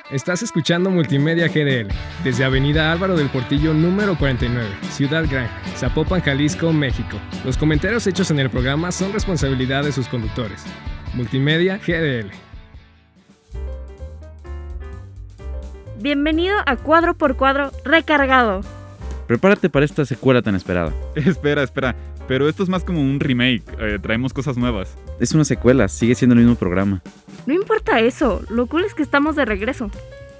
Estás escuchando Multimedia GDL, desde Avenida Álvaro del Portillo número 49, Ciudad Gran, Zapopan, Jalisco, México. Los comentarios hechos en el programa son responsabilidad de sus conductores. Multimedia GDL. Bienvenido a Cuadro por Cuadro Recargado. Prepárate para esta secuela tan esperada. Espera, pero esto es más como un remake, traemos cosas nuevas. Es una secuela, sigue siendo el mismo programa. No importa eso, lo cool es que estamos de regreso.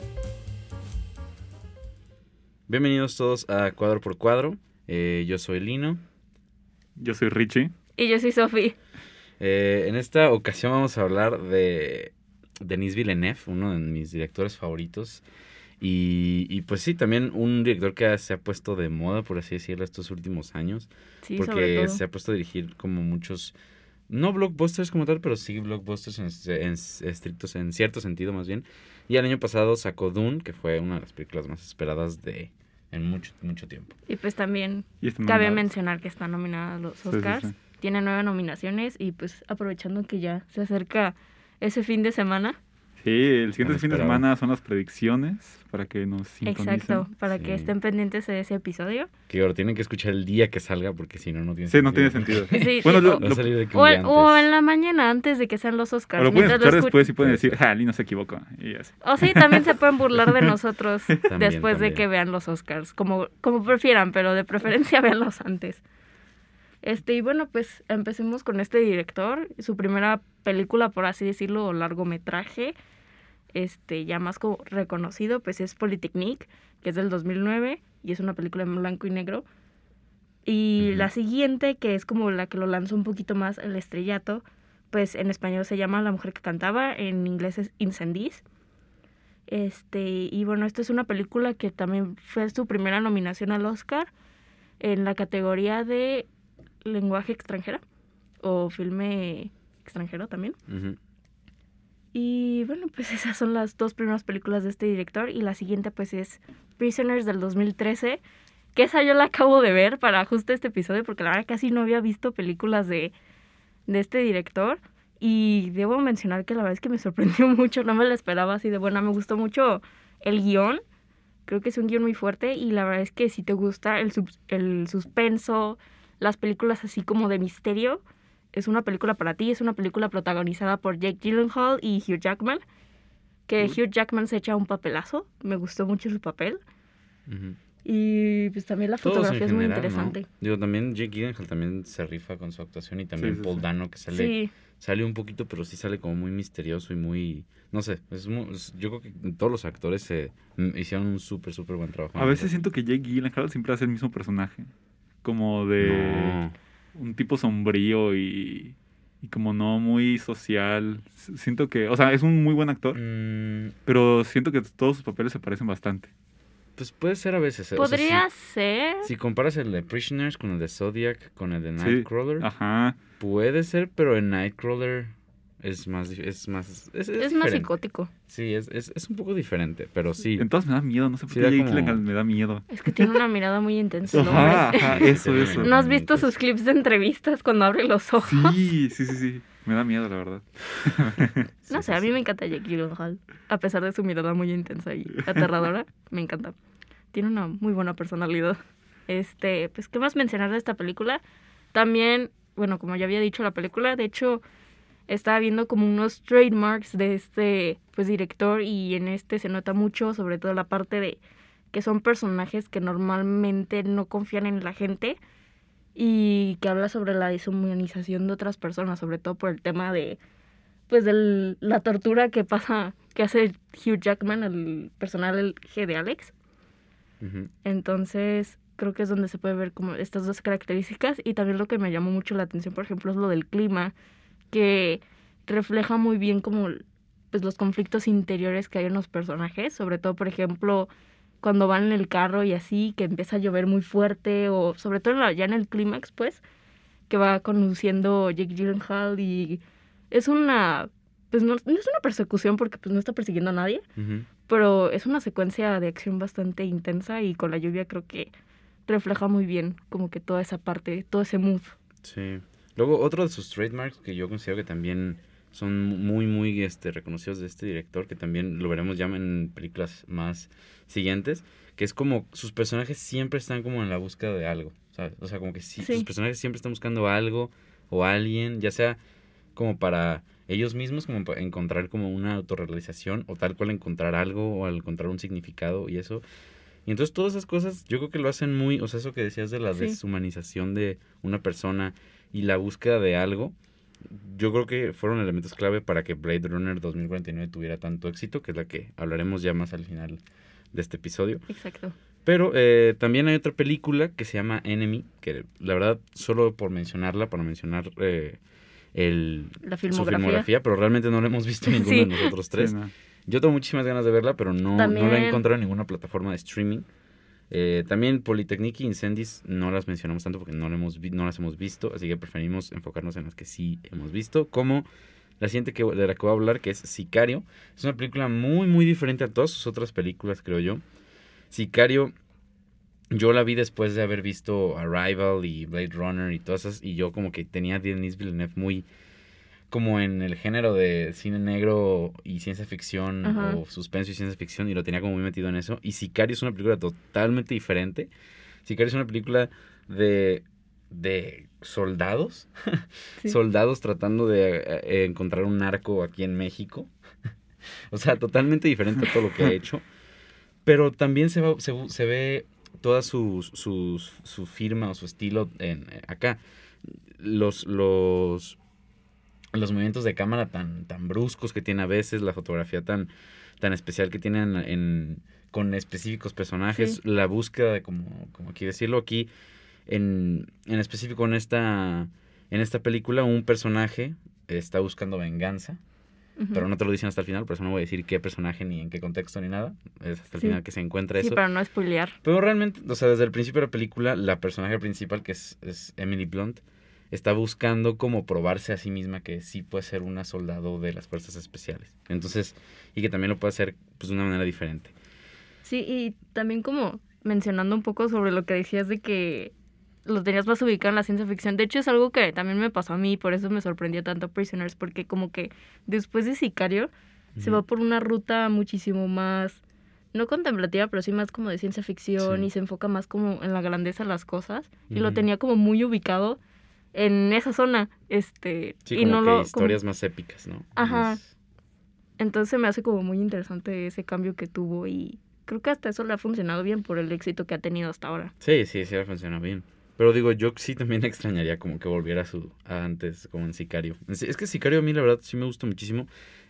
Bienvenidos todos a Cuadro por Cuadro. Yo soy Lino. Yo soy Richie. Y yo soy Sofi. En esta ocasión vamos a hablar de Denis Villeneuve, uno de mis directores favoritos. Y pues sí, también un director que se ha puesto de moda, por así decirlo, estos últimos años. Sí, porque se ha puesto a dirigir como muchos, no blockbusters como tal, pero sí blockbusters en cierto sentido más bien. Y el año pasado sacó Dune, que fue una de las películas más esperadas en mucho tiempo. Y pues también cabe mencionar que está nominada a los Oscars. Sí. Tiene 9 nominaciones y pues aprovechando que ya se acerca ese fin de semana. Sí, el siguiente fin de semana son las predicciones para que nos sintonicen. Exacto, para que estén pendientes de ese episodio. Que ahora tienen que escuchar el día que salga porque si no tiene sentido. Sí, no tiene sentido. Sí, bueno, o en la mañana antes de que sean los Oscars. O lo pueden escuchar después y pueden decir, Lino se equivocó. Y así. O sí, también se pueden burlar de nosotros después de que vean los Oscars. Como prefieran, pero de preferencia véanlos antes. Y bueno, pues empecemos con este director. Su primera película, por así decirlo, o largometraje, ya más como reconocido, pues es Polytechnique, que es del 2009 y es una película en blanco y negro. Y la siguiente, que es como la que lo lanzó un poquito más al estrellato, pues en español se llama La mujer que cantaba, en inglés es Incendies. Y bueno, esta es una película que también fue su primera nominación al Oscar en la categoría de lenguaje extranjera o filme extranjero también. Y bueno, pues esas son las dos primeras películas de este director. Y la siguiente pues es Prisoners del 2013, que esa yo la acabo de ver para justo este episodio, porque la verdad casi no había visto películas de este director. Y debo mencionar que la verdad es que me sorprendió mucho, no me la esperaba así de buena. Me gustó mucho el guión, creo que es un guión muy fuerte. Y la verdad es que si te gusta el suspenso, las películas así como de misterio, es una película para ti. Es una película protagonizada por Jake Gyllenhaal y Hugh Jackman, que Hugh Jackman se echa un papelazo. Me gustó mucho su papel. Y pues también la fotografía es muy interesante. ¿No? Digo, también Jake Gyllenhaal también se rifa con su actuación, y también Paul Dano, que sale un poquito, pero sí sale como muy misterioso y muy, no sé, yo creo que todos los actores hicieron un súper buen trabajo. A veces siento que Jake Gyllenhaal siempre hace el mismo personaje, como de un tipo sombrío y como no muy social. Siento que, o sea, es un muy buen actor, pero siento que todos sus papeles se parecen bastante. Pues puede ser a veces. Podría ser. Si comparas el de Prisoners con el de Zodiac, con el de Nightcrawler, puede ser, pero en Nightcrawler es más psicótico. Sí, es un poco diferente, pero sí. Entonces me da miedo, no sé por qué Jake Gyllenhaal me da miedo. Es que tiene una mirada muy intensa. Eso. ¿No has visto sus clips de entrevistas cuando abre los ojos? Sí. Me da miedo, la verdad. No sé, a mí me encanta Jake Gyllenhaal. A pesar de su mirada muy intensa y aterradora, me encanta. Tiene una muy buena personalidad. Pues, ¿qué más mencionar de esta película? También, bueno, como ya había dicho la película, de hecho, estaba viendo como unos trademarks de este, pues, director, y en se nota mucho, sobre todo la parte de que son personajes que normalmente no confían en la gente, y que habla sobre la deshumanización de otras personas, sobre todo por el tema de, pues, de la tortura que hace Hugh Jackman, el personaje de Alex. Entonces creo que es donde se puede ver como estas dos características. Y también lo que me llamó mucho la atención, por ejemplo, es lo del clima, que refleja muy bien como, pues, los conflictos interiores que hay en los personajes, sobre todo, por ejemplo, cuando van en el carro y así, que empieza a llover muy fuerte, o sobre todo ya en el clímax, pues, que va conduciendo Jake Gyllenhaal, y es una, pues no es una persecución porque pues no está persiguiendo a nadie, pero es una secuencia de acción bastante intensa, y con la lluvia creo que refleja muy bien como que toda esa parte, todo ese mood. Sí. Luego, otro de sus trademarks que yo considero que también son muy, muy reconocidos de este director, que también lo veremos ya en películas más siguientes, que es como sus personajes siempre están como en la búsqueda de algo, ¿sabes? O sea, como que sí, sus personajes siempre están buscando algo o alguien, ya sea como para ellos mismos, como para encontrar como una autorrealización, o tal cual encontrar algo, o al encontrar un significado y eso. Y entonces todas esas cosas yo creo que lo hacen muy, o sea, eso que decías de la deshumanización de una persona y la búsqueda de algo, yo creo que fueron elementos clave para que Blade Runner 2049 tuviera tanto éxito, que es la que hablaremos ya más al final de este episodio. Exacto. Pero también hay otra película que se llama Enemy, que la verdad, solo por mencionarla, para mencionar su filmografía, pero realmente no la hemos visto ninguno de nosotros tres. Sí, no. Yo tengo muchísimas ganas de verla, pero no la he encontrado en ninguna plataforma de streaming. También Polytechnique y Incendies no las mencionamos tanto porque no las hemos visto, así que preferimos enfocarnos en las que sí hemos visto, como la siguiente de la que voy a hablar, que es Sicario. Es una película muy, muy diferente a todas sus otras películas, creo yo. Sicario, yo la vi después de haber visto Arrival y Blade Runner y todas esas, y yo como que tenía a Denis Villeneuve muy como en el género de cine negro y ciencia ficción, o suspenso y ciencia ficción, y lo tenía como muy metido en eso. Y Sicario es una película totalmente diferente. Sicario es una película de soldados, soldados tratando de encontrar un narco aquí en México. O sea, totalmente diferente a todo lo que ha hecho. Pero también se ve toda su firma o su estilo acá. Los movimientos de cámara tan bruscos que tiene a veces, la fotografía tan especial que tienen con específicos personajes, la búsqueda de, como aquí decirlo, aquí en específico en esta película, un personaje está buscando venganza, pero no te lo dicen hasta el final, por eso no voy a decir qué personaje ni en qué contexto ni nada, es hasta el final que se encuentra eso. Sí, para no spoilear. Pero realmente, o sea, desde el principio de la película, la personaje principal, que es Emily Blunt, está buscando como probarse a sí misma que sí puede ser una soldado de las fuerzas especiales. Entonces, y que también lo puede hacer pues de una manera diferente. Sí, y también como mencionando un poco sobre lo que decías de que lo tenías más ubicado en la ciencia ficción. De hecho, es algo que también me pasó a mí, por eso me sorprendió tanto Prisoners, porque como que después de Sicario se va por una ruta muchísimo más, no contemplativa, pero sí más como de ciencia ficción, y se enfoca más como en la grandeza de las cosas, y lo tenía como muy ubicado en esa zona, sí, y como no que historias más épicas, ¿no? Ajá. Entonces me hace como muy interesante ese cambio que tuvo, y creo que hasta eso le ha funcionado bien por el éxito que ha tenido hasta ahora. Sí, le ha funcionado bien. Pero digo, yo sí también extrañaría como que volviera a antes, como en Sicario. Es que Sicario a mí la verdad sí me gusta muchísimo.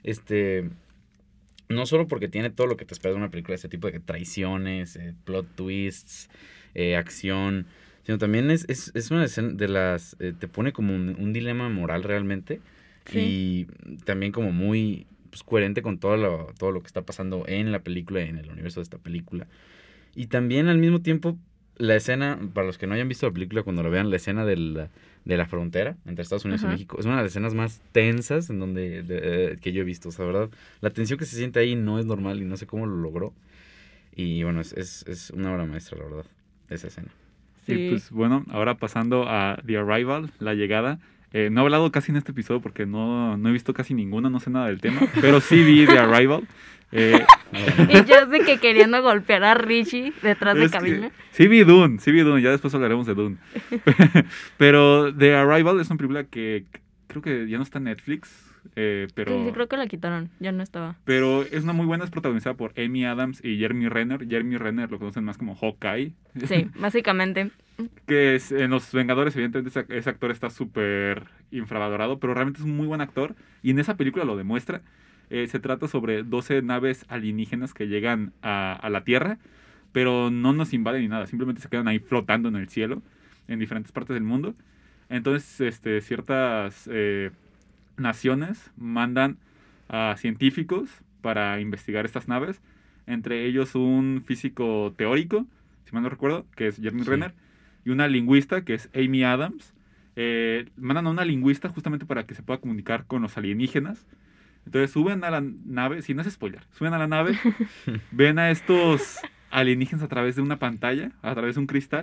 No solo porque tiene todo lo que te esperas de una película de este tipo, de traiciones, plot twists, acción, sino también es una escena de las... te pone como un dilema moral realmente. Sí. Y también como muy pues, coherente con todo lo que está pasando en la película y en el universo de esta película. Y también al mismo tiempo la escena, para los que no hayan visto la película, cuando la vean, la escena de la frontera entre Estados Unidos y México, es una de las escenas más tensas que yo he visto. O sea, verdad, la tensión que se siente ahí no es normal y no sé cómo lo logró. Y bueno, es una obra maestra, la verdad, esa escena. Sí, pues bueno, ahora pasando a The Arrival, La Llegada. No he hablado casi en este episodio porque no he visto casi ninguna, no sé nada del tema, pero sí vi The Arrival. Y yo sé que queriendo golpear a Richie detrás de cabina. Sí vi Dune, ya después hablaremos de Dune. Pero The Arrival es una película que creo que ya no está en Netflix. Pero sí, creo que la quitaron, ya no estaba. Pero es una muy buena, es protagonizada por Amy Adams y Jeremy Renner. Jeremy Renner lo conocen más como Hawkeye. Sí, básicamente. Que en Los Vengadores, evidentemente, ese actor está súper infravalorado, pero realmente es un muy buen actor. Y en esa película lo demuestra. Se trata sobre 12 naves alienígenas que llegan a la Tierra, pero no nos invaden ni nada. Simplemente se quedan ahí flotando en el cielo, en diferentes partes del mundo. Entonces, ciertas naciones mandan a científicos para investigar estas naves, entre ellos un físico teórico, si mal no recuerdo, que es Jeremy Renner, y una lingüista, que es Amy Adams. Mandan a una lingüista justamente para que se pueda comunicar con los alienígenas. Entonces suben a la nave, si no es spoiler, suben a la nave, ven a estos alienígenas a través de una pantalla, a través de un cristal,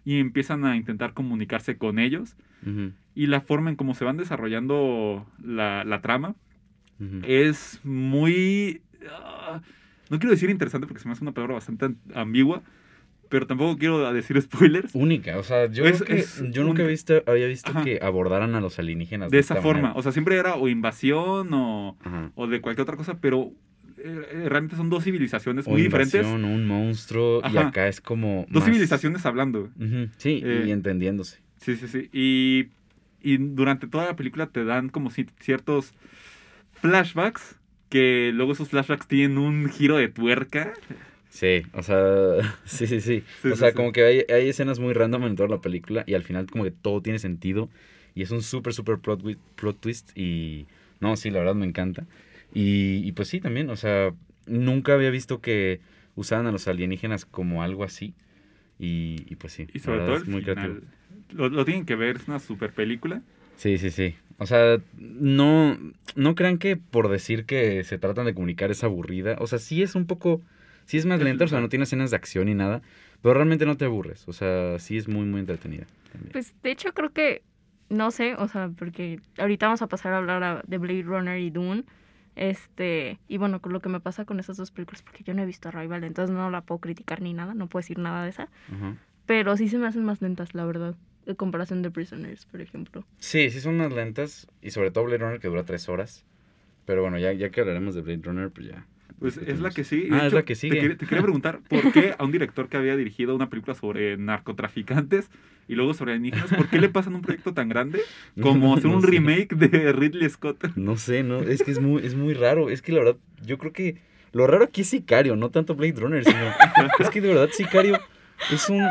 y empiezan a intentar comunicarse con ellos. Y la forma en cómo se van desarrollando la trama es muy... no quiero decir interesante porque se me hace una palabra bastante ambigua, pero tampoco quiero decir spoilers. Única, o sea, yo nunca había visto que abordaran a los alienígenas de esa forma. O sea, siempre era o invasión o de cualquier otra cosa, pero realmente son dos civilizaciones muy diferentes. O un monstruo, y acá es como... Dos civilizaciones hablando. Sí, y entendiéndose. Sí. Y durante toda la película te dan como ciertos flashbacks, que luego esos flashbacks tienen un giro de tuerca. Sí, o sea, sí. O sea, como que hay escenas muy random en toda la película y al final como que todo tiene sentido y es un súper plot twist y... No, sí, la verdad me encanta. Y pues sí, también, o sea, nunca había visto que usaban a los alienígenas como algo así y pues sí. Y sobre todo es muy creativo. Lo tienen que ver, es una super película. Sí. O sea, no crean que por decir que se tratan de comunicar es aburrida. O sea, sí es un poco... Sí es más lenta, o sea, no tiene escenas de acción ni nada, pero realmente no te aburres. O sea, sí es muy, muy entretenida también. Pues, de hecho, creo que... No sé, o sea, porque ahorita vamos a pasar a hablar de Blade Runner y Dune. Y bueno, con lo que me pasa con esas dos películas, porque yo no he visto Arrival, entonces no la puedo criticar ni nada, no puedo decir nada de esa. Pero sí se me hacen más lentas, la verdad, en comparación de Prisoners, por ejemplo. Sí son más lentas, y sobre todo Blade Runner, que dura 3 horas. Pero bueno, ya que hablaremos de Blade Runner, pues ya. Pues es la que sí. Es la que sigue. Te quería preguntar, ¿por qué a un director que había dirigido una película sobre narcotraficantes y luego sobre alienígenas, ¿por qué le pasan un proyecto tan grande como hacer un remake de Ridley Scott? No sé, es que es muy raro. Es que la verdad, yo creo que lo raro aquí es Sicario, no tanto Blade Runner, sino es que de verdad Sicario es un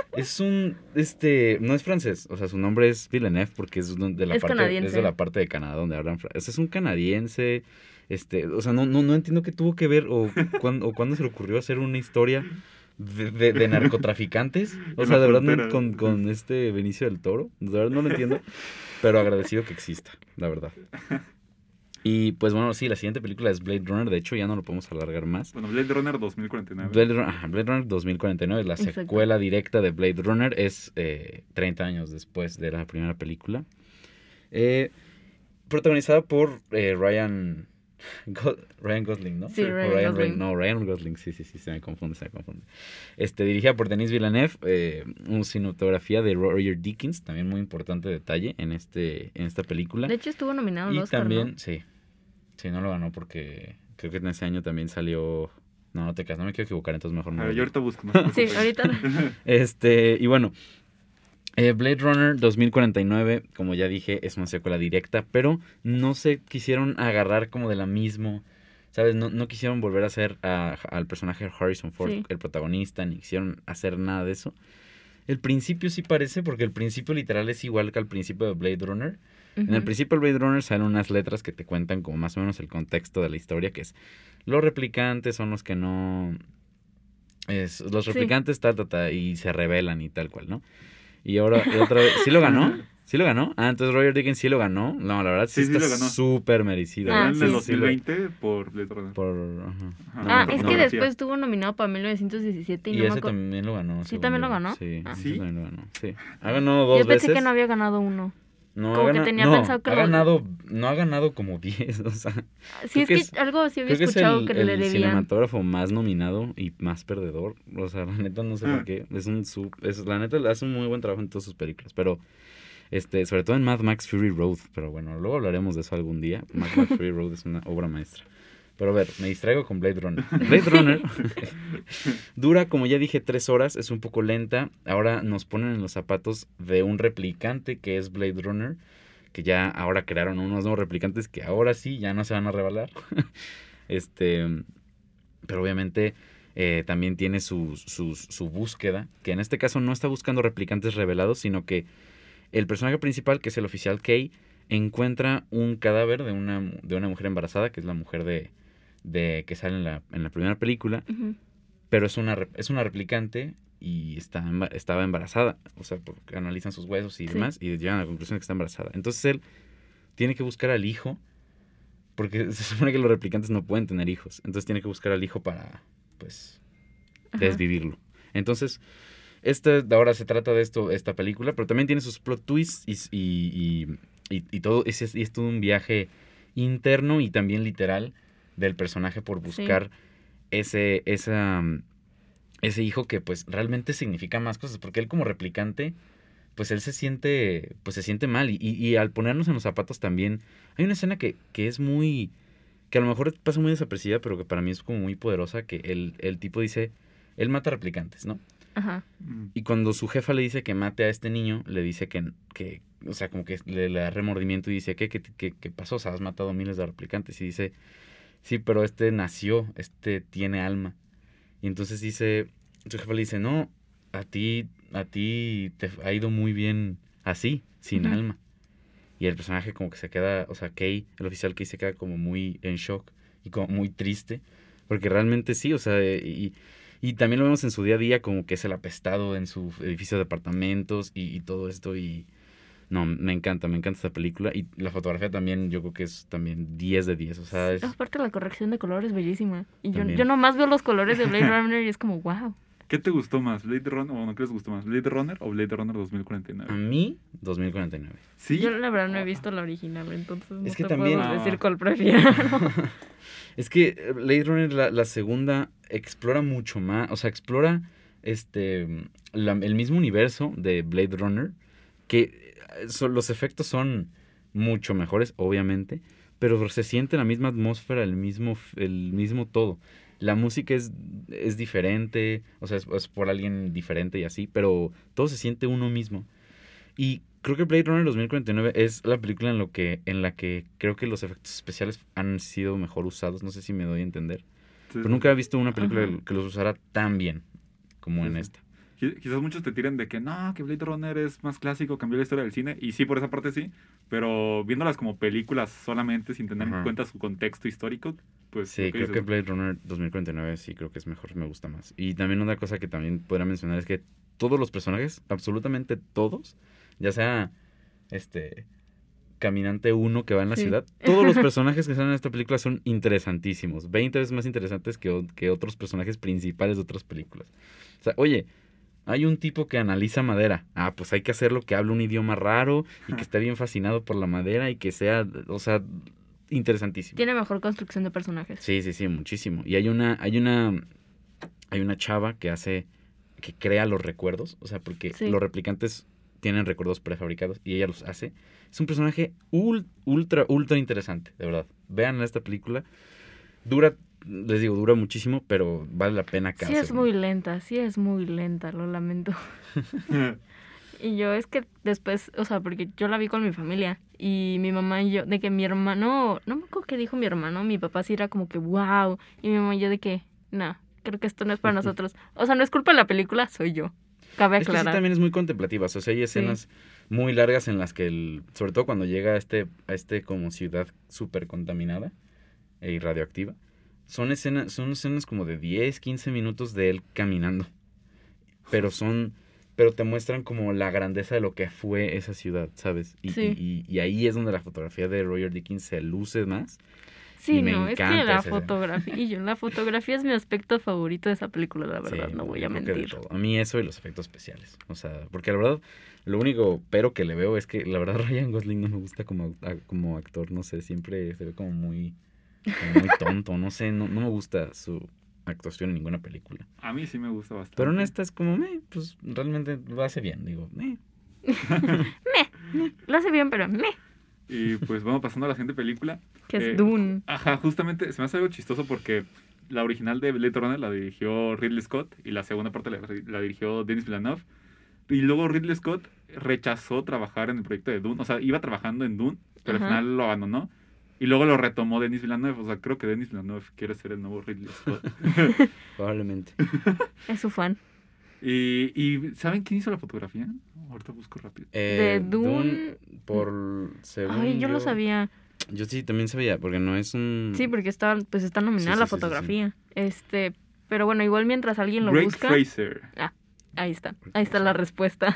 no es francés, o sea, su nombre es Villeneuve porque es de la parte de Canadá donde hablan francés. Es un canadiense. O sea, no entiendo qué tuvo que ver o cuándo se le ocurrió hacer una historia de narcotraficantes. O sea, de verdad, con Benicio del Toro. De verdad no lo entiendo, pero agradecido que exista, la verdad. Y pues bueno, sí, la siguiente película es Blade Runner. De hecho, ya no lo podemos alargar más. Bueno, Blade Runner 2049. Blade Runner 2049 es la secuela directa de Blade Runner. Es 30 años después de la primera película. Protagonizada por Ryan Gosling, ¿no? Sí, Ryan Gosling. Ryan Gosling, sí, se me confunde. Dirigida por Denis Villeneuve, una cinematografía de Roger Deakins, también muy importante detalle en esta película. De hecho estuvo nominado al Oscar, también, ¿no? Sí, no lo ganó porque creo que en ese año también salió... No te creas, no me quiero equivocar, entonces mejor no. Yo ahorita busco. Sí, ahorita. Y bueno... Blade Runner 2049, como ya dije, es una secuela directa, pero no se quisieron agarrar como de la misma, ¿sabes? No quisieron volver a hacer al personaje de Harrison Ford, el protagonista, ni quisieron hacer nada de eso. El principio sí parece, porque el principio literal es igual que al principio de Blade Runner. En el principio de Blade Runner salen unas letras que te cuentan como más o menos el contexto de la historia, que es los replicantes son los que no... los replicantes y se rebelan y tal cual, ¿no? Y ahora, otra vez, ¿sí lo ganó? Entonces Roger Deakins sí lo ganó. No, la verdad sí está súper merecido. En el 2020 por Blade Runner. Es que después estuvo nominado para 1917 y ese también lo ganó. ¿Sí también lo ganó? Sí, también lo ganó. Sí. Ha ganado 2 veces. Yo pensé que no había ganado uno. No ha ganado como 10, o sea. Sí, es que algo sí había escuchado que le debían. El cinematógrafo más nominado y más perdedor, o sea, la neta no sé por qué. La neta hace un muy buen trabajo en todas sus películas, pero sobre todo en Mad Max Fury Road, pero bueno, luego hablaremos de eso algún día. Mad Max Fury Road es una obra maestra. Pero a ver, me distraigo con Blade Runner. Blade Runner dura, como ya dije, 3 horas. Es un poco lenta. Ahora nos ponen en los zapatos de un replicante que es Blade Runner. Que ya ahora crearon unos nuevos replicantes que ahora sí ya no se van a revelar. Pero obviamente también tiene su búsqueda. Que en este caso no está buscando replicantes revelados, sino que el personaje principal, que es el oficial Kay, encuentra un cadáver de una mujer embarazada, que es la mujer de que sale en la primera película, pero es una replicante y estaba embarazada, o sea, porque analizan sus huesos y demás y llegan a la conclusión de que está embarazada. Entonces él tiene que buscar al hijo, porque se supone que los replicantes no pueden tener hijos, entonces tiene que buscar al hijo para, pues, desvivirlo. Entonces, ahora se trata de esta película, pero también tiene sus plot twists y todo, es todo un viaje interno y también literal del personaje por buscar ese hijo que pues realmente significa más cosas, porque él como replicante, pues él se siente mal y al ponernos en los zapatos también, hay una escena que es muy, que a lo mejor pasa muy desapercibida, pero que para mí es como muy poderosa, que el tipo dice, él mata replicantes, ¿no? Ajá. Y cuando su jefa le dice que mate a este niño, le dice que o sea, como que le da remordimiento y dice, ¿qué pasó? O sea, has matado miles de replicantes. Y dice, sí, pero tiene alma. Y entonces su jefa le dice, no, a ti te ha ido muy bien así, sin alma. Y el personaje como que se queda, o sea, Kay, el oficial Kay se queda como muy en shock y como muy triste, porque realmente sí, o sea, y también lo vemos en su día a día como que es el apestado en su edificio de departamentos y todo esto y... No, me encanta esta película. Y la fotografía también, yo creo que es también 10 de 10. O sea, aparte la corrección de color es bellísima. Y yo nomás veo los colores de Blade Runner y es como, wow. ¿Qué te gustó más? ¿Blade Runner o no crees que gustó más? ¿Blade Runner o Blade Runner 2049? A mí, 2049. ¿Sí? Yo la verdad no he visto la original, entonces no te también, puedo decir cuál prefiero. Es que Blade Runner, la segunda, explora mucho más. O sea, explora el mismo universo de Blade Runner, que los efectos son mucho mejores, obviamente, pero se siente la misma atmósfera, el mismo todo. La música es diferente, o sea, es por alguien diferente y así, pero todo se siente uno mismo. Y creo que Blade Runner 2049 es la película en la que creo que los efectos especiales han sido mejor usados, no sé si me doy a entender. Sí. Pero nunca he visto una película que los usara tan bien como en esta. Quizás muchos te tiran de que no, que Blade Runner es más clásico, cambió la historia del cine, y sí, por esa parte sí, pero viéndolas como películas solamente, sin tener en cuenta su contexto histórico, pues... Sí, creo que Blade Runner 2049 sí creo que es mejor, me gusta más. Y también una cosa que también podría mencionar es que todos los personajes, absolutamente todos, ya sea Caminante 1 que va en la ciudad, todos los personajes que salen en esta película son interesantísimos, 20 veces más interesantes que otros personajes principales de otras películas. O sea, oye... Hay un tipo que analiza madera. Ah, pues hay que hacerlo que hable un idioma raro y que esté bien fascinado por la madera y que sea, o sea, interesantísimo. Tiene mejor construcción de personajes. Sí, muchísimo. Y hay una chava que crea los recuerdos, o sea, porque los replicantes tienen recuerdos prefabricados y ella los hace. Es un personaje ultra interesante, de verdad. Vean esta película. Dura muchísimo, pero vale la pena cada segundo. Sí es muy lenta, lo lamento. Y yo es que después, o sea, porque yo la vi con mi familia y mi mamá y yo, de que mi hermano, no me acuerdo qué dijo mi hermano, mi papá sí era como que wow, y mi mamá y yo de que, no, creo que esto no es para nosotros. O sea, no es culpa de la película, soy yo. Cabe aclarar. Es que sí también es muy contemplativa, o sea, hay escenas muy largas en las que, sobre todo cuando llega a este como ciudad súper contaminada y radioactiva, son escenas como de 10, 15 minutos de él caminando. Pero te muestran como la grandeza de lo que fue esa ciudad, ¿sabes? Y ahí es donde la fotografía de Roger Deakins se luce más. Sí, no, es que la fotografía es mi aspecto favorito de esa película, la verdad, no voy a mentir. A mí eso y los efectos especiales. O sea, porque la verdad, lo único pero que le veo es que la verdad Ryan Gosling no me gusta como actor, no sé, siempre se ve como muy tonto, no sé, no me gusta su actuación en ninguna película. A mí sí me gusta bastante. Pero en esta es como, pues realmente lo hace bien, digo, lo hace bien, pero Y pues vamos pasando a la siguiente película. Que es Dune. Ajá, justamente, se me hace algo chistoso porque la original de Blade Runner la dirigió Ridley Scott y la segunda parte la dirigió Denis Villeneuve. Y luego Ridley Scott rechazó trabajar en el proyecto de Dune, o sea, iba trabajando en Dune, pero al final lo abandonó. Y luego lo retomó Denis Villeneuve. O sea, creo que Denis Villeneuve quiere ser el nuevo Ridley Scott. Probablemente. Es su fan. ¿Y saben quién hizo la fotografía? Ahorita busco rápido. De Dune. Por según Ay, yo lo sabía. Yo sí también sabía, porque no es un... Sí, porque está nominada la fotografía. Sí. Pero bueno, igual mientras alguien lo busca... Greig Fraser. Ah, ahí está. Ahí está la respuesta.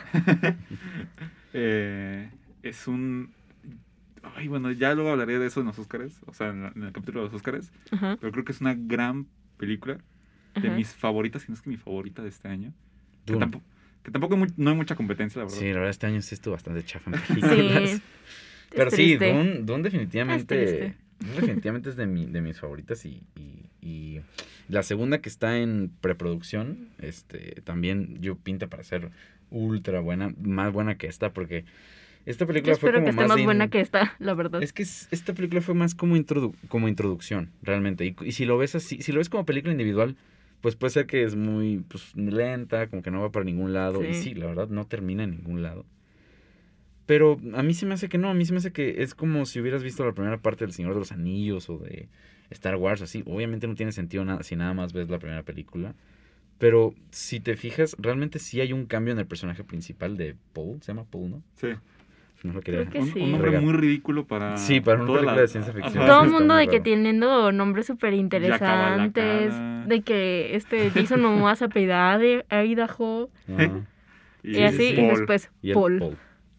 Es un... Ay, bueno, ya luego hablaré de eso en los Óscares, o sea, en el capítulo de los Óscares. Uh-huh. Pero creo que es una gran película, de mis favoritas, si no es que mi favorita de este año. Que tampoco no hay mucha competencia, la verdad. Sí, la verdad este año sí estuvo bastante chafa en películas. Sí. Pero sí, Dune definitivamente... definitivamente es de mis favoritas y la segunda que está en preproducción, también yo pinta para ser ultra buena, más buena que esta, porque esta película fue como que esté más buena que esta, la verdad. Es que esta película fue más como introducción, realmente, y si lo ves así, si lo ves como película individual, pues puede ser que es muy lenta, como que no va para ningún lado, y sí, la verdad no termina en ningún lado. Pero a mí se me hace que no, a mí se me hace que es como si hubieras visto la primera parte del Señor de los Anillos o de Star Wars, así. Obviamente no tiene sentido si nada más ves la primera película. Pero si te fijas, realmente sí hay un cambio en el personaje principal de Paul. ¿Se llama Paul, no? Sí. No lo quería. Creo que sí. Un nombre muy ridículo para... Sí, para una película de ciencia ficción. Todo el mundo de que teniendo nombres súper interesantes. De que Jason Momoa se apellidaba de Idaho. Y así, y después Paul.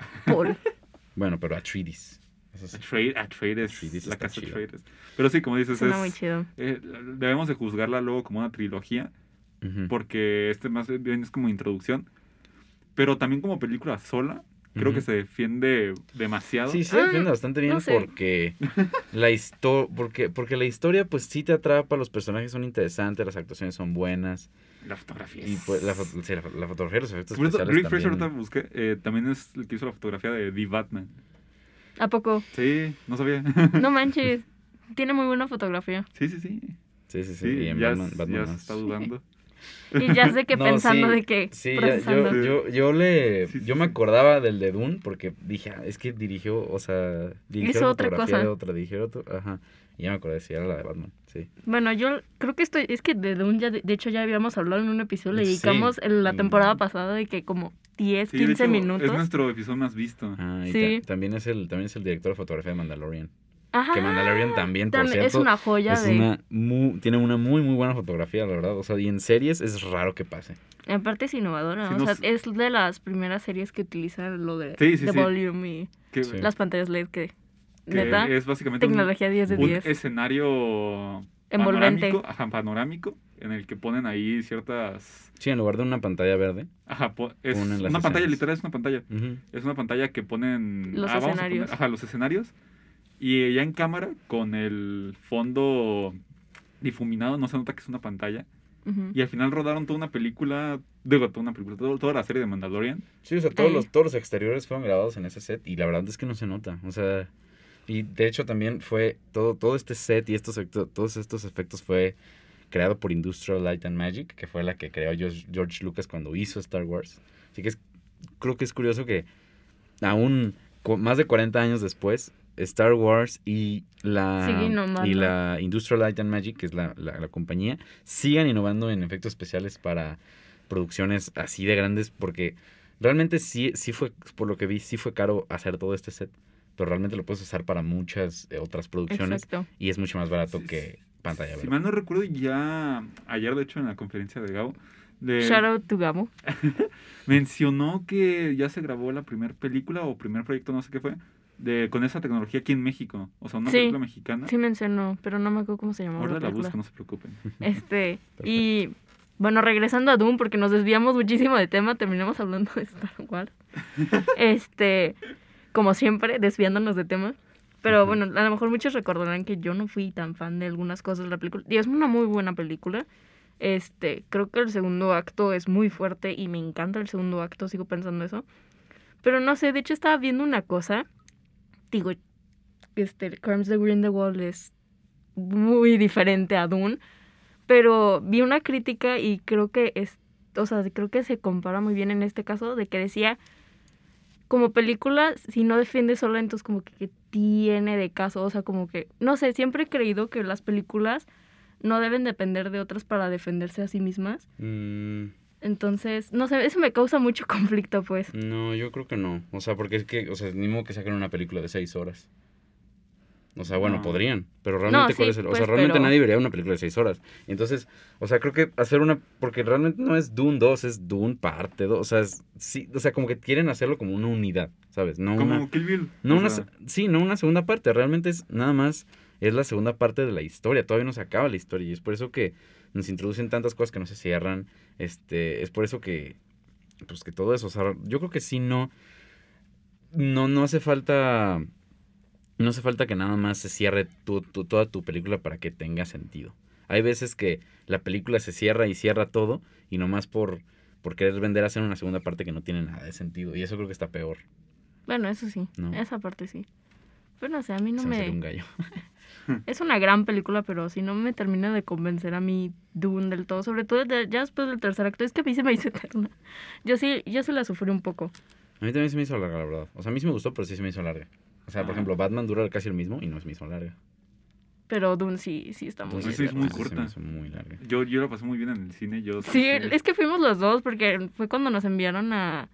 Bueno, pero Atreides. Atreides, la casa Atreides. Pero sí, como dices, suena muy chido. Debemos de juzgarla luego como una trilogía, porque más bien es como introducción, pero también como película sola, creo que se defiende demasiado. Sí, se defiende bastante bien, no sé. Porque la historia pues sí te atrapa, los personajes son interesantes, las actuaciones son buenas. La fotografía. Y pues la fotografía, los efectos especiales Greg Fraser, ahorita busqué, también es el que hizo la fotografía de The Batman. ¿A poco? Sí, no sabía. No manches, tiene muy buena fotografía. Sí. Sí, y en ya Batman ya se está dudando. Y ya sé que pensando de que procesando. Yo me acordaba del de Dune porque dije, es que dirigió hizo la otra fotografía cosa. De otra, ajá. Y ya me acordé si era la de Batman, sí. Bueno, yo creo que es que de Dune ya, de hecho ya habíamos hablado en un episodio, le dedicamos en la temporada pasada de que como 10, 15 minutos. Es nuestro episodio más visto. Y también es el director de fotografía de Mandalorian. Ajá. Que Mandalorian también, por cierto, es una joya tiene una muy, muy buena fotografía, la verdad. O sea, y en series es raro que pase. Aparte es innovadora, es de las primeras series que utiliza lo de volume y las pantallas LED que neta, es básicamente tecnología 10 de 10. Un escenario envolvente. Panorámico, en el que ponen ahí ciertas... Sí, en lugar de una pantalla verde. Ajá, es una pantalla, literal es una pantalla. Uh-huh. Es una pantalla que ponen... Los escenarios. Los escenarios. Y ya en cámara, con el fondo difuminado, no se nota que es una pantalla. Uh-huh. Y al final rodaron toda la serie de Mandalorian. Sí, o sea, todos los exteriores fueron grabados en ese set y la verdad es que no se nota. O sea, y de hecho también fue todo este set y todos estos efectos fue creado por Industrial Light and Magic, que fue la que creó George Lucas cuando hizo Star Wars. Así que creo que es curioso que aún más de 40 años después, Star Wars y la Industrial Light and Magic, que es la compañía, sigan innovando en efectos especiales para producciones así de grandes, porque realmente sí fue, por lo que vi, sí fue caro hacer todo este set, pero realmente lo puedes usar para muchas otras producciones. Exacto. Y es mucho más barato que pantalla verde. Si mal no recuerdo, ya ayer de hecho en la conferencia de Gabo, shout out to Gabo, mencionó que ya se grabó la primera película o primer proyecto, no sé qué fue, con esa tecnología aquí en México. O sea, una película mexicana. Sí mencionó, pero no me acuerdo cómo se llamaba. Ahora la busco, no se preocupen. Y bueno, regresando a Dune, porque nos desviamos muchísimo de tema, terminamos hablando de Star Wars. Como siempre, desviándonos de tema. Pero bueno, a lo mejor muchos recordarán que yo no fui tan fan de algunas cosas de la película. Y es una muy buena película. Creo que el segundo acto es muy fuerte y me encanta el segundo acto, sigo pensando eso. Pero no sé, de hecho estaba viendo una cosa. Digo, Crimes de Grindelwald es muy diferente a Dune. Pero vi una crítica y creo que creo que se compara muy bien en este caso, de que decía, como película, si no defiende sola, entonces como que tiene de caso, o sea, como que, no sé, siempre he creído que las películas no deben depender de otras para defenderse a sí mismas. Entonces, no sé, eso me causa mucho conflicto, pues. No, yo creo que no. O sea, porque es que, ni modo que saquen una película de 6 horas. O sea, bueno, podrían, pero realmente realmente nadie vería una película de 6 horas. Entonces, o sea, creo que hacer porque realmente no es Dune 2, es Dune parte 2, o sea, como que quieren hacerlo como una unidad, ¿sabes? No como Kill Bill. No una segunda parte, realmente es nada más es la segunda parte de la historia, todavía no se acaba la historia y es por eso que nos introducen tantas cosas que no se cierran, es por eso que pues que todo eso, o sea, yo creo que sí no hace falta, no hace falta que nada más se cierre toda tu película para que tenga sentido. Hay veces que la película se cierra y cierra todo y nomás por querer vender hacer una segunda parte que no tiene nada de sentido, y eso creo que está peor. Bueno, eso sí, ¿no? Esa parte sí. Pero no sé, a mí no me... un gallo. Es una gran película, pero si no me termina de convencer a mí Dune del todo, sobre todo ya después del tercer acto, es que a mí se me hizo eterna. Yo sí la sufrí un poco. A mí también se me hizo larga, la verdad. O sea, a mí sí me gustó, pero sí se me hizo larga. O sea, por ejemplo, Batman dura casi lo mismo y no se me hizo larga. Pero Dune sí está muy larga. Sí, es muy corta. Se me hizo muy larga. Yo la pasé muy bien en el cine. Es que fuimos los dos, porque fue cuando nos enviaron a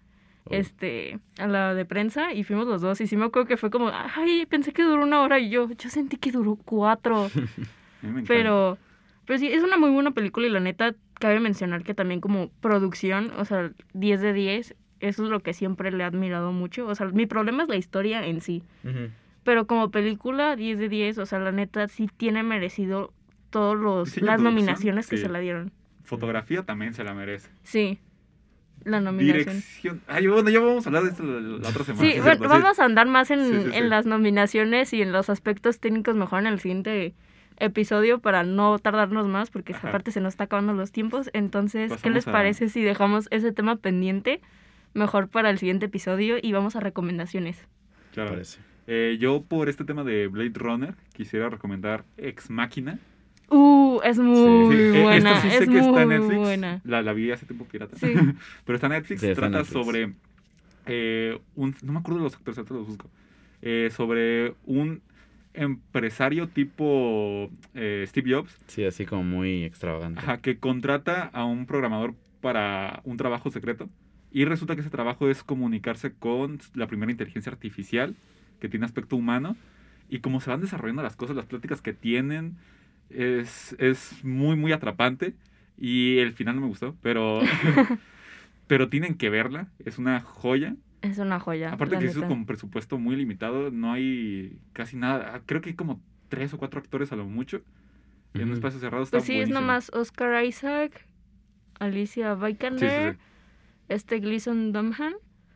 la de prensa y fuimos los dos. Y sí me acuerdo que fue como, ay, pensé que duró 1 hora y yo sentí que duró 4. Pero sí, es una muy buena película y la neta, cabe mencionar que también como producción, o sea, 10 de 10, eso es lo que siempre le he admirado mucho. O sea, mi problema es la historia en sí. Uh-huh. Pero como película, 10 de 10, o sea, la neta sí tiene merecido todas las nominaciones que se la dieron. Fotografía también se la merece. Sí, la nominación. Dirección. Bueno, ya vamos a hablar de esto la otra semana. Sí, bueno, vamos a andar más en las nominaciones y en los aspectos técnicos mejor en el siguiente episodio para no tardarnos más, porque aparte se nos está acabando los tiempos. Entonces, ¿qué les parece si dejamos ese tema pendiente mejor para el siguiente episodio y vamos a recomendaciones? Claro. Yo por este tema de Blade Runner quisiera recomendar Ex Machina. Es muy buena. Esta sí sé que está en Netflix. Buena. La vi hace tiempo pirata. Sí. Pero está en Netflix. Trata Netflix. Sobre no me acuerdo de los actores, ahorita los busco. Sobre un empresario tipo Steve Jobs. Sí, así como muy extravagante. Ajá, que contrata a un programador para un trabajo secreto. Y resulta que ese trabajo es comunicarse con la primera inteligencia artificial que tiene aspecto humano. Y como se van desarrollando las cosas, las pláticas que tienen, es muy, muy atrapante. Y el final no me gustó, pero tienen que verla. Es una joya. Es una joya. Aparte que hizo con presupuesto muy limitado, no hay casi nada. Creo que hay como 3 o 4 actores a lo mucho. En un espacio cerrado está buenísimo. Pues sí, es nomás Oscar Isaac, Alicia Vikander, Gleason Dunham.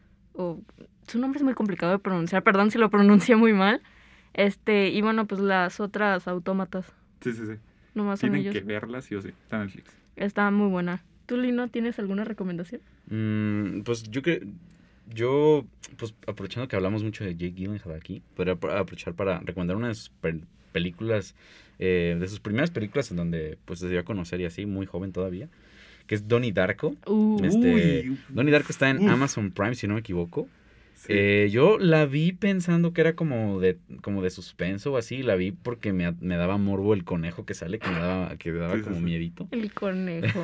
Su nombre es muy complicado de pronunciar, perdón si lo pronuncié muy mal. Y bueno, pues las otras autómatas. Sí. Nomás tienen son ellos. Que verlas, sí o sí. Está en Netflix. Está muy buena. ¿Tú, Lino, tienes alguna recomendación? Pues yo, pues aprovechando que hablamos mucho de Jake Gyllenhaal aquí, podría aprovechar para recomendar una de sus películas, de sus primeras películas en donde pues se dio a conocer y así, muy joven todavía, que es Donnie Darko. Donnie Darko está en Amazon Prime, si no me equivoco. Sí. Yo la vi pensando que era como de suspenso o así, la vi porque me daba morbo el conejo que sale, que me daba como miedito. El conejo.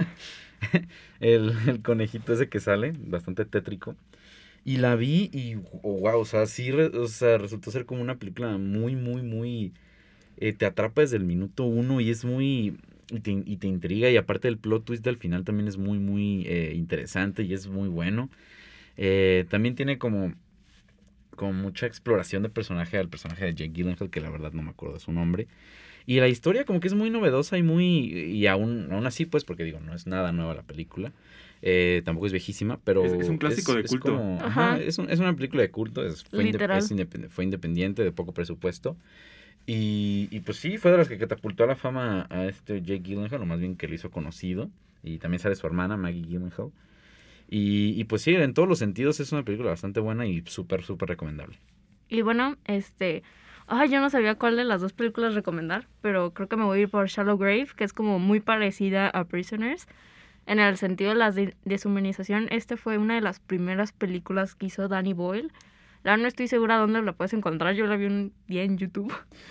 el conejito ese que sale, bastante tétrico. Y la vi y wow, o sea, sí, resultó ser como una película muy, muy, muy... te atrapa desde el minuto 1 y es muy... Y te intriga, y aparte el plot twist del final también es muy, muy interesante y es muy bueno. También tiene como mucha exploración de personaje al personaje de Jake Gyllenhaal, que la verdad no me acuerdo de su nombre. Y la historia como que es muy novedosa y aún así, pues, porque digo, no es nada nueva la película. Tampoco es viejísima, pero... Es un clásico de culto. Es una película de culto, fue independiente, de poco presupuesto. Y pues sí, fue de las que catapultó a la fama a Jake Gyllenhaal, o más bien que lo hizo conocido. Y también sale su hermana, Maggie Gyllenhaal. Y pues sí, en todos los sentidos es una película bastante buena y súper, súper recomendable. Y bueno, yo no sabía cuál de las dos películas recomendar, pero creo que me voy a ir por Shallow Grave, que es como muy parecida a Prisoners, en el sentido de la deshumanización. Fue una de las primeras películas que hizo Danny Boyle. La verdad no estoy segura dónde la puedes encontrar, yo la vi un día en YouTube.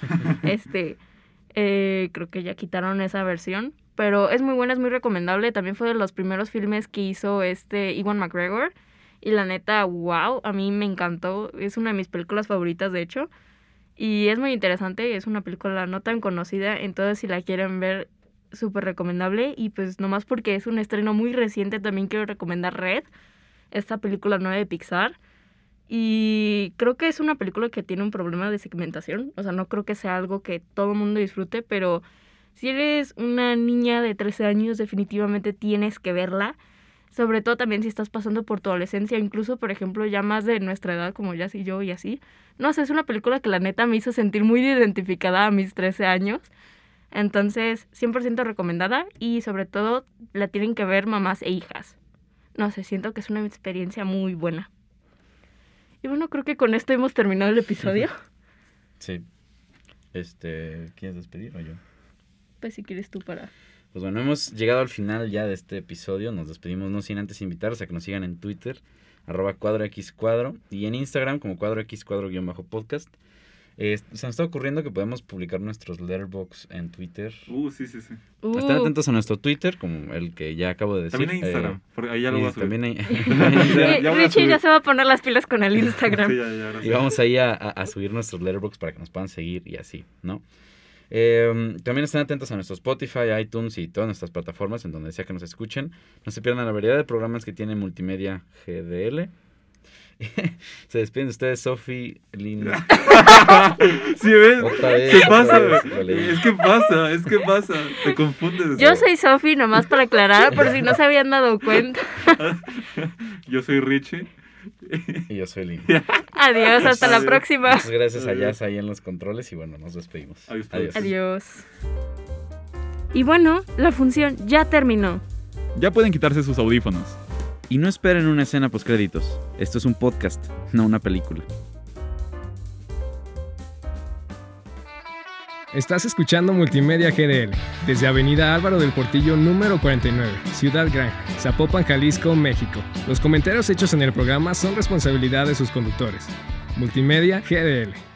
Creo que ya quitaron esa versión, pero es muy buena, es muy recomendable. También fue de los primeros filmes que hizo Ewan McGregor, y la neta, wow, a mí me encantó. Es una de mis películas favoritas, de hecho, y es muy interesante. Es una película no tan conocida, entonces si la quieren ver, súper recomendable. Y pues nomás porque es un estreno muy reciente, también quiero recomendar Red, esta película nueva de Pixar. Y creo que es una película que tiene un problema de segmentación. O sea, no creo que sea algo que todo el mundo disfrute, pero si eres una niña de 13 años, definitivamente tienes que verla. sobre todo también si estás pasando por tu adolescencia, incluso, por ejemplo, ya más de nuestra edad, como Jazz y yo y así. No sé, es una película que la neta me hizo sentir muy identificada a mis 13 años. Entonces, 100% recomendada y sobre todo la tienen que ver mamás e hijas. No sé, siento que es una experiencia muy buena. Y bueno, creo que con esto hemos terminado el episodio. Sí. ¿Quieres despedir o yo? Pues si quieres tú para... Pues bueno, hemos llegado al final ya de este episodio. Nos despedimos no sin antes invitarlos a que nos sigan en Twitter, @cuadroxcuadro, y en Instagram como cuadroxcuadro_podcast. Se nos está ocurriendo que podemos publicar nuestros letterboxds en Twitter. Sí. Estén atentos a nuestro Twitter, como el que ya acabo de decir. También hay Instagram, porque ahí ya lo voy a subir. También hay... Richie ya se va a poner las pilas con el Instagram. Sí, ya, y vamos ahí a subir nuestros letterboxds para que nos puedan seguir y así, ¿no? También estén atentos a nuestro Spotify, iTunes y todas nuestras plataformas en donde sea que nos escuchen. No se pierdan la variedad de programas que tiene Multimedia GDL. Se despiden de ustedes, Sofi, Lynn. ¿Sí ves? Otra vez. ¿Qué pasa? Es que pasa. Te confundes. Yo soy Sofi, nomás para aclarar, por si no se habían dado cuenta. Yo soy Richie. Y yo soy Lynn. Adiós, hasta la próxima. Muchas gracias a Jazz ahí en los controles y bueno, nos despedimos. Adiós. Y bueno, la función ya terminó. Ya pueden quitarse sus audífonos. Y no esperen una escena postcréditos. Esto es un podcast, no una película. Estás escuchando Multimedia GDL, desde Avenida Álvaro del Portillo número 49, Ciudad Gran, Zapopan, Jalisco, México. Los comentarios hechos en el programa son responsabilidad de sus conductores. Multimedia GDL.